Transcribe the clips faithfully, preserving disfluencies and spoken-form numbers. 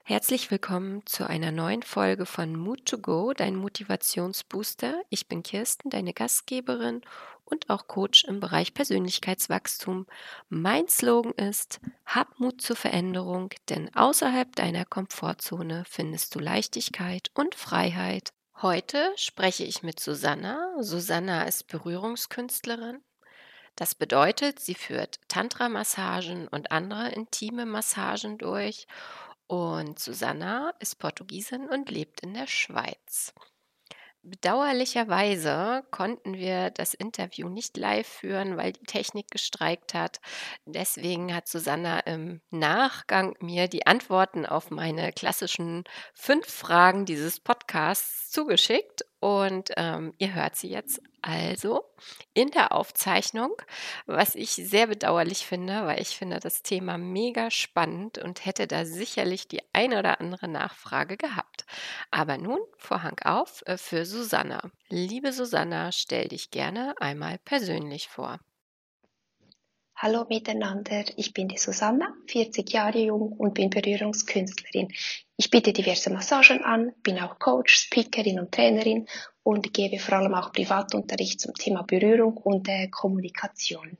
Herzlich willkommen zu einer neuen Folge von Mood to Go, dein Motivationsbooster. Ich bin Kirsten, deine Gastgeberin und auch Coach im Bereich Persönlichkeitswachstum. Mein Slogan ist: Hab Mut zur Veränderung, denn außerhalb deiner Komfortzone findest du Leichtigkeit und Freiheit. Heute spreche ich mit Susanna. Susanna ist Berührungskünstlerin. Das bedeutet, sie führt Tantra-Massagen und andere intime Massagen durch. Und Susanna ist Portugiesin und lebt in der Schweiz. Bedauerlicherweise konnten wir das Interview nicht live führen, weil die Technik gestreikt hat. Deswegen hat Susanna im Nachgang mir die Antworten auf meine klassischen fünf Fragen dieses Podcasts zugeschickt und ähm, ihr hört sie jetzt also in der Aufzeichnung, was ich sehr bedauerlich finde, weil ich finde das Thema mega spannend und hätte da sicherlich die eine oder andere Nachfrage gehabt. Aber nun Vorhang auf äh, für Susanna. Liebe Susanna, stell dich gerne einmal persönlich vor. Hallo miteinander, ich bin die Susanna, vierzig Jahre jung und bin Berührungskünstlerin. Ich biete diverse Massagen an, bin auch Coach, Speakerin und Trainerin und gebe vor allem auch Privatunterricht zum Thema Berührung und äh, Kommunikation.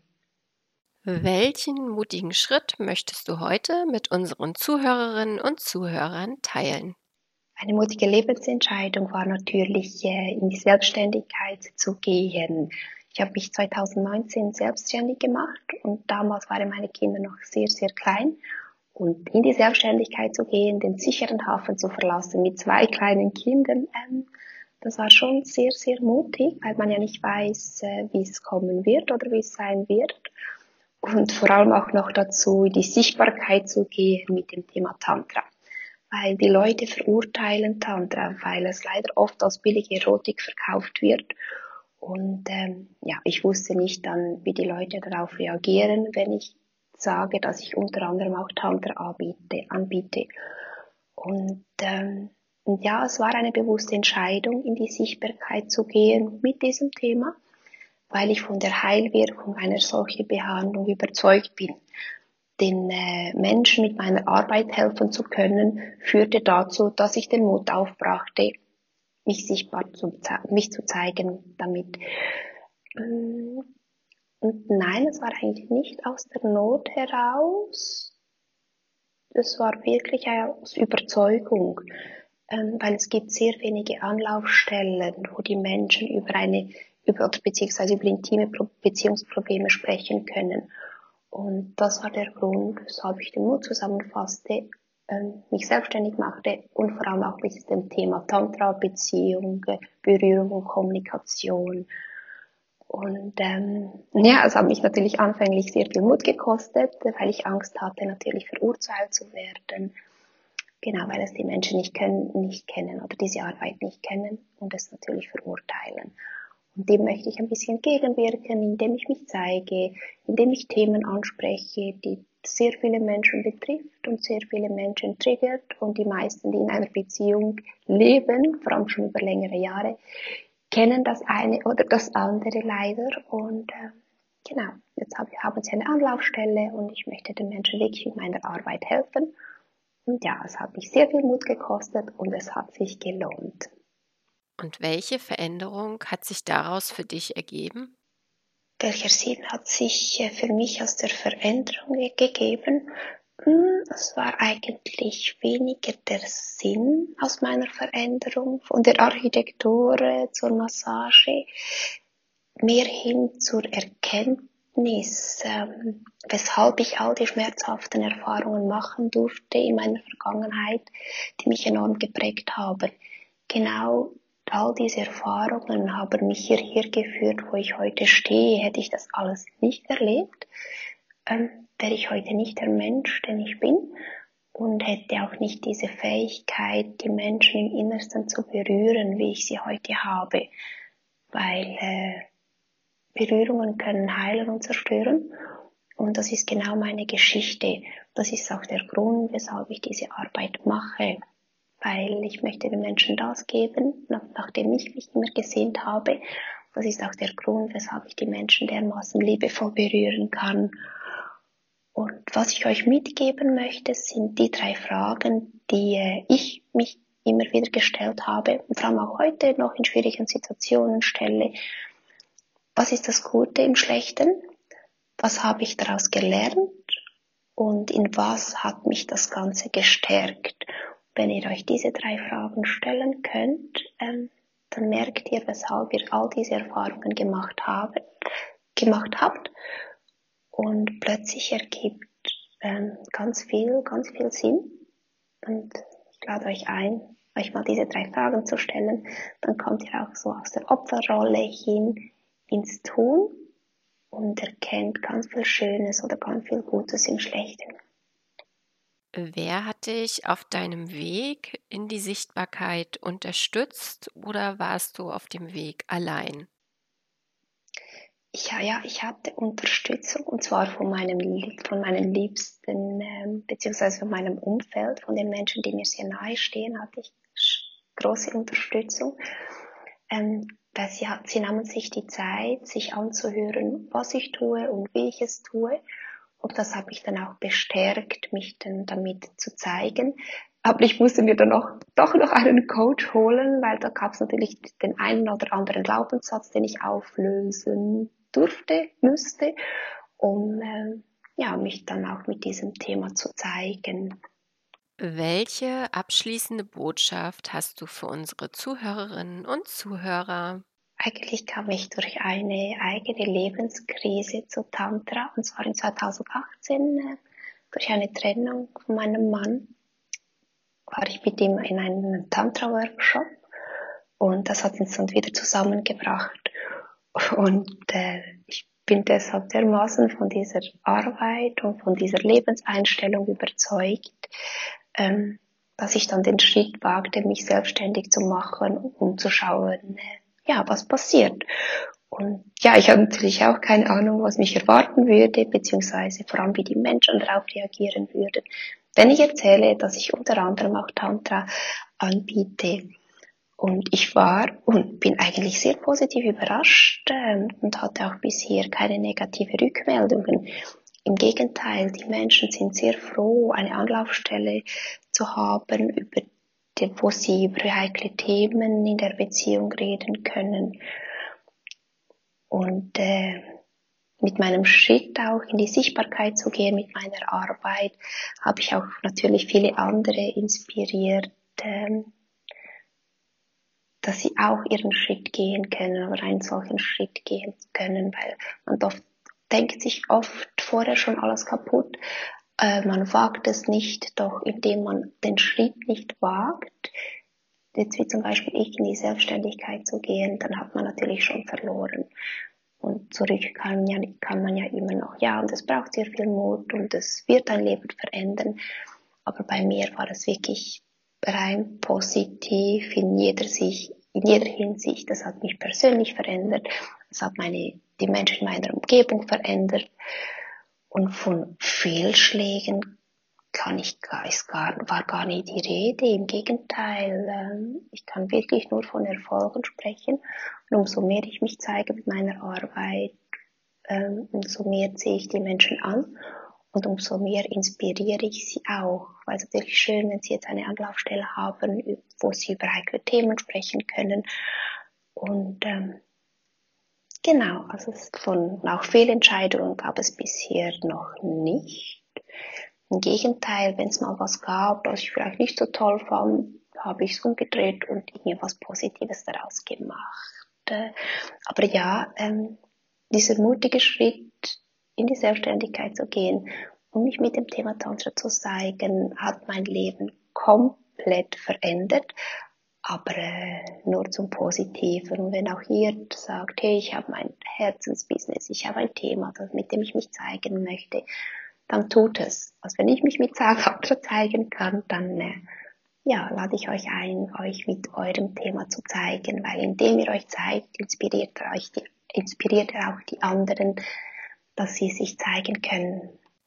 Welchen mutigen Schritt möchtest du heute mit unseren Zuhörerinnen und Zuhörern teilen? Eine mutige Lebensentscheidung war natürlich, äh, in die Selbstständigkeit zu gehen. Ich habe mich zweitausendneunzehn selbstständig gemacht und damals waren meine Kinder noch sehr, sehr klein. Und in die Selbstständigkeit zu gehen, den sicheren Hafen zu verlassen mit zwei kleinen Kindern, ähm, das war schon sehr, sehr mutig, weil man ja nicht weiß, äh, wie es kommen wird oder wie es sein wird. Und vor allem auch noch dazu, in die Sichtbarkeit zu gehen mit dem Thema Tantra. Weil die Leute verurteilen Tantra, weil es leider oft als billige Erotik verkauft wird. Und ähm, ja, ich wusste nicht dann, wie die Leute darauf reagieren, wenn ich sage, dass ich unter anderem auch Tantra anbiete. anbiete. Und, ähm, und ja, es war eine bewusste Entscheidung, in die Sichtbarkeit zu gehen mit diesem Thema, weil ich von der Heilwirkung einer solchen Behandlung überzeugt bin. Den äh, Menschen mit meiner Arbeit helfen zu können, führte dazu, dass ich den Mut aufbrachte, mich sichtbar zu, mich zu zeigen damit. Und nein, es war eigentlich nicht aus der Not heraus. Es war wirklich aus Überzeugung, ähm, weil es gibt sehr wenige Anlaufstellen, wo die Menschen über eine, über, beziehungsweise über intime Beziehungsprobleme sprechen können. Und das war der Grund, weshalb ich den Mut zusammenfasste, ähm, mich selbstständig machte und vor allem auch mit dem Thema Tantra, Beziehung, Berührung und Kommunikation. Und ähm, ja, es hat mich natürlich anfänglich sehr viel Mut gekostet, weil ich Angst hatte, natürlich verurteilt zu werden. Genau, weil es die Menschen nicht können, nicht kennen oder diese Arbeit nicht kennen und es natürlich verurteilen. Und dem möchte ich ein bisschen gegenwirken, indem ich mich zeige, indem ich Themen anspreche, die sehr viele Menschen betrifft und sehr viele Menschen triggert und die meisten, die in einer Beziehung leben, vor allem schon über längere Jahre, kennen das eine oder das andere leider und äh, genau, jetzt hab, haben sie eine Anlaufstelle und ich möchte den Menschen wirklich mit meiner Arbeit helfen. Und ja, es hat mich sehr viel Mut gekostet und es hat sich gelohnt. Und welche Veränderung hat sich daraus für dich ergeben? Welcher Sinn hat sich für mich aus der Veränderung gegeben? Es war eigentlich weniger der Sinn aus meiner Veränderung, von der Architektur zur Massage, mehr hin zur Erkenntnis, ähm, weshalb ich all die schmerzhaften Erfahrungen machen durfte in meiner Vergangenheit, die mich enorm geprägt haben. Genau all diese Erfahrungen haben mich hierher geführt, wo ich heute stehe. Hätte ich das alles nicht erlebt, ähm, wäre ich heute nicht der Mensch, den ich bin und hätte auch nicht diese Fähigkeit, die Menschen im Innersten zu berühren, wie ich sie heute habe, weil äh, Berührungen können heilen und zerstören. Und das ist genau meine Geschichte. Das ist auch der Grund, weshalb ich diese Arbeit mache. Weil ich möchte den Menschen das geben, nach, nachdem ich mich immer gesehnt habe. Das ist auch der Grund, weshalb ich die Menschen dermaßen liebevoll berühren kann. Und was ich euch mitgeben möchte, sind die drei Fragen, die äh, ich mich immer wieder gestellt habe und vor allem auch heute noch in schwierigen Situationen stelle. Was ist das Gute im Schlechten? Was habe ich daraus gelernt? Und in was hat mich das Ganze gestärkt? Wenn ihr euch diese drei Fragen stellen könnt, ähm, dann merkt ihr, weshalb ihr all diese Erfahrungen gemacht habt, gemacht habt. Und plötzlich ergibt ähm, ganz viel, ganz viel Sinn. Und ich lade euch ein, euch mal diese drei Fragen zu stellen. Dann kommt ihr auch so aus der Opferrolle hin ins Tun und erkennt ganz viel Schönes oder ganz viel Gutes im Schlechten. Wer hat dich auf deinem Weg in die Sichtbarkeit unterstützt oder warst du auf dem Weg allein? Ja, ja, ich hatte Unterstützung und zwar von meinem, von meinen Liebsten, ähm, beziehungsweise von meinem Umfeld, von den Menschen, die mir sehr nahe stehen, hatte ich große Unterstützung. Ähm, weil sie, hat, sie nahmen sich die Zeit, sich anzuhören, was ich tue und wie ich es tue. Und das hat mich dann auch bestärkt, mich dann damit zu zeigen. Aber ich musste mir dann auch, doch noch einen Coach holen, weil da gab es natürlich den einen oder anderen Glaubenssatz, den ich auflösen durfte, müsste, um äh, ja, mich dann auch mit diesem Thema zu zeigen. Welche abschließende Botschaft hast du für unsere Zuhörerinnen und Zuhörer? Eigentlich kam ich durch eine eigene Lebenskrise zu Tantra, und zwar in zweitausendachtzehn, äh, durch eine Trennung von meinem Mann, war ich mit ihm in einem Tantra-Workshop und das hat uns dann wieder zusammengebracht. Und äh, ich bin deshalb dermaßen von dieser Arbeit und von dieser Lebenseinstellung überzeugt, ähm, dass ich dann den Schritt wagte, mich selbstständig zu machen, um zu schauen, äh, ja, was passiert. Und ja, ich habe natürlich auch keine Ahnung, was mich erwarten würde, beziehungsweise vor allem, wie die Menschen darauf reagieren würden. Wenn ich erzähle, dass ich unter anderem auch Tantra anbiete, und ich war und bin eigentlich sehr positiv überrascht äh, und hatte auch bisher keine negative Rückmeldungen. Im Gegenteil, die Menschen sind sehr froh, eine Anlaufstelle zu haben, über die, wo sie über heikle Themen in der Beziehung reden können. Und äh, mit meinem Schritt auch in die Sichtbarkeit zu gehen, mit meiner Arbeit, habe ich auch natürlich viele andere inspiriert, äh, dass sie auch ihren Schritt gehen können oder einen solchen Schritt gehen können, weil man oft, denkt sich oft vorher schon alles kaputt. Äh, man wagt es nicht, doch indem man den Schritt nicht wagt, jetzt wie zum Beispiel ich in die Selbstständigkeit zu gehen, dann hat man natürlich schon verloren. Und zurück kann, ja, kann man ja immer noch. Ja, und es braucht sehr viel Mut und es wird dein Leben verändern. Aber bei mir war es wirklich rein positiv in jeder Sicht, in jeder Hinsicht. Das hat mich persönlich verändert. Das hat meine, die Menschen in meiner Umgebung verändert. Und von Fehlschlägen kann ich gar, ist gar, war gar nicht die Rede. Im Gegenteil, ähm, ich kann wirklich nur von Erfolgen sprechen. Und umso mehr ich mich zeige mit meiner Arbeit, ähm, umso mehr ziehe ich die Menschen an. Und umso mehr inspiriere ich sie auch, weil es natürlich schön, wenn sie jetzt eine Anlaufstelle haben, wo sie über heikle Themen sprechen können. Und ähm, genau, also von auch Fehlentscheidungen gab es bisher noch nicht. Im Gegenteil, wenn es mal was gab, was ich vielleicht nicht so toll fand, habe ich es umgedreht und irgendwas Positives daraus gemacht. Aber ja, ähm, dieser mutige Schritt in die Selbstständigkeit zu gehen und mich mit dem Thema Tantra zu zeigen, hat mein Leben komplett verändert, aber äh, nur zum Positiven. Und wenn auch ihr sagt, hey, ich habe mein Herzensbusiness, ich habe ein Thema, mit dem ich mich zeigen möchte, dann tut es. Also wenn ich mich mit Tantra zeigen kann, dann äh, ja, lade ich euch ein, euch mit eurem Thema zu zeigen, weil indem ihr euch zeigt, inspiriert, euch die, inspiriert ihr auch die anderen, dass sie sich zeigen können.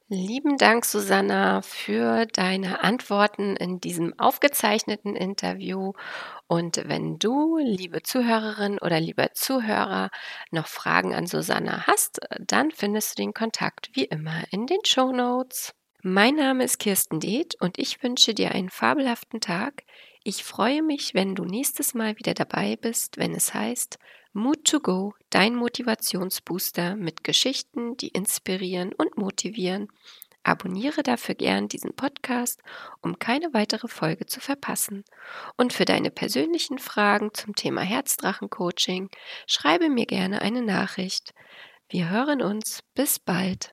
Lieben Dank, Susanna, für deine Antworten in diesem aufgezeichneten Interview. Und wenn du, liebe Zuhörerin oder lieber Zuhörer, noch Fragen an Susanna hast, dann findest du den Kontakt wie immer in den Shownotes. Mein Name ist Kirsten Deth und ich wünsche dir einen fabelhaften Tag. Ich freue mich, wenn du nächstes Mal wieder dabei bist, wenn es heißt Mood to Go, dein Motivationsbooster mit Geschichten, die inspirieren und motivieren. Abonniere dafür gern diesen Podcast, um keine weitere Folge zu verpassen. Und für deine persönlichen Fragen zum Thema Herzdrachen-Coaching schreibe mir gerne eine Nachricht. Wir hören uns. Bis bald.